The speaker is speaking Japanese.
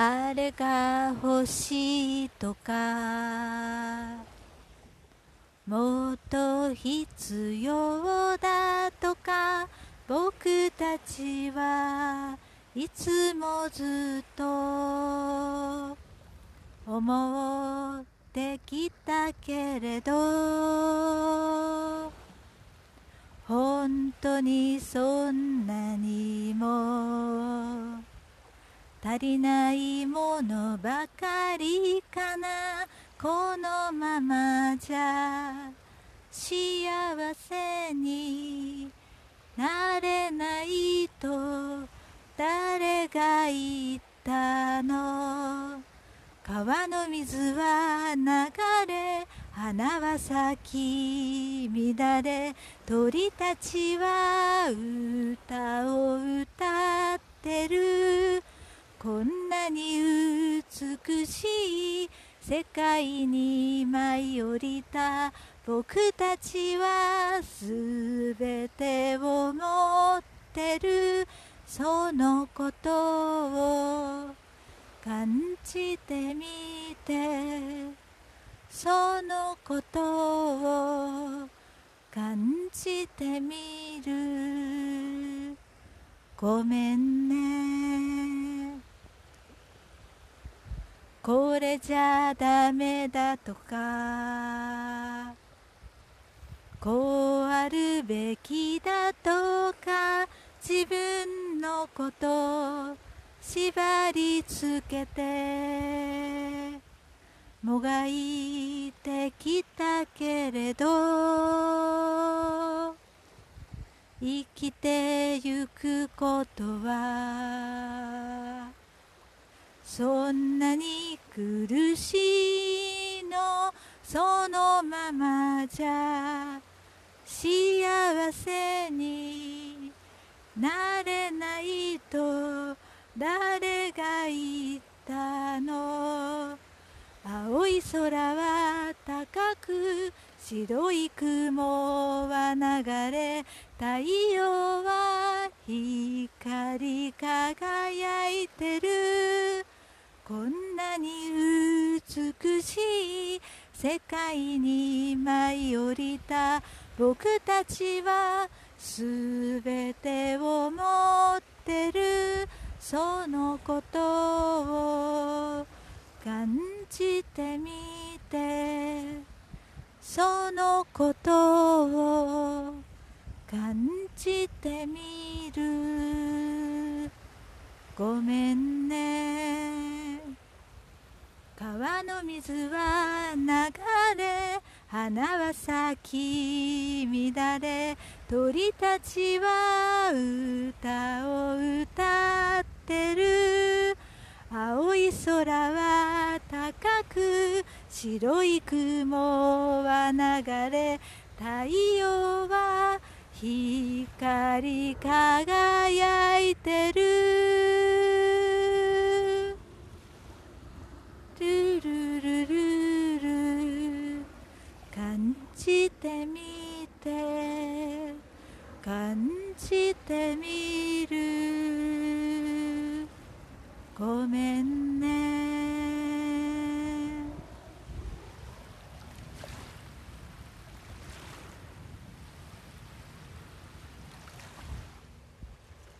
あれが欲しいとか、もっと必要だとか、僕たちはいつもずっと思ってきたけれど、本当にそんなにも足りないものばかりかな。このままじゃ幸せになれないと誰が言ったの。川の水は流れ、花は咲き乱れ、鳥たちは歌を歌ってる。こんなに美しい世界に舞い降りた僕たちはすべてを持ってる。そのことを感じてみて、そのことを感じてみる。ごめんね。これじゃダメだとか、こうあるべきだとか、自分のこと縛りつけてもがいてきたけれど、生きてゆくことはそんなに苦しいの。そのままじゃ幸せになれないと誰が言ったの。青い空は高く、白い雲は流れ、太陽は光り輝いてる。こんなに美しい世界に舞い降りた僕たちはすべてを持ってる。そのことを感じてみて、そのことを感じてみる。ごめんね。川の水は流れ、花は咲き乱れ、鳥たちは歌を歌ってる。青い空は高く、白い雲は流れ、太陽は光り輝いてる。ルルルルル、感じてみて、感じてみて。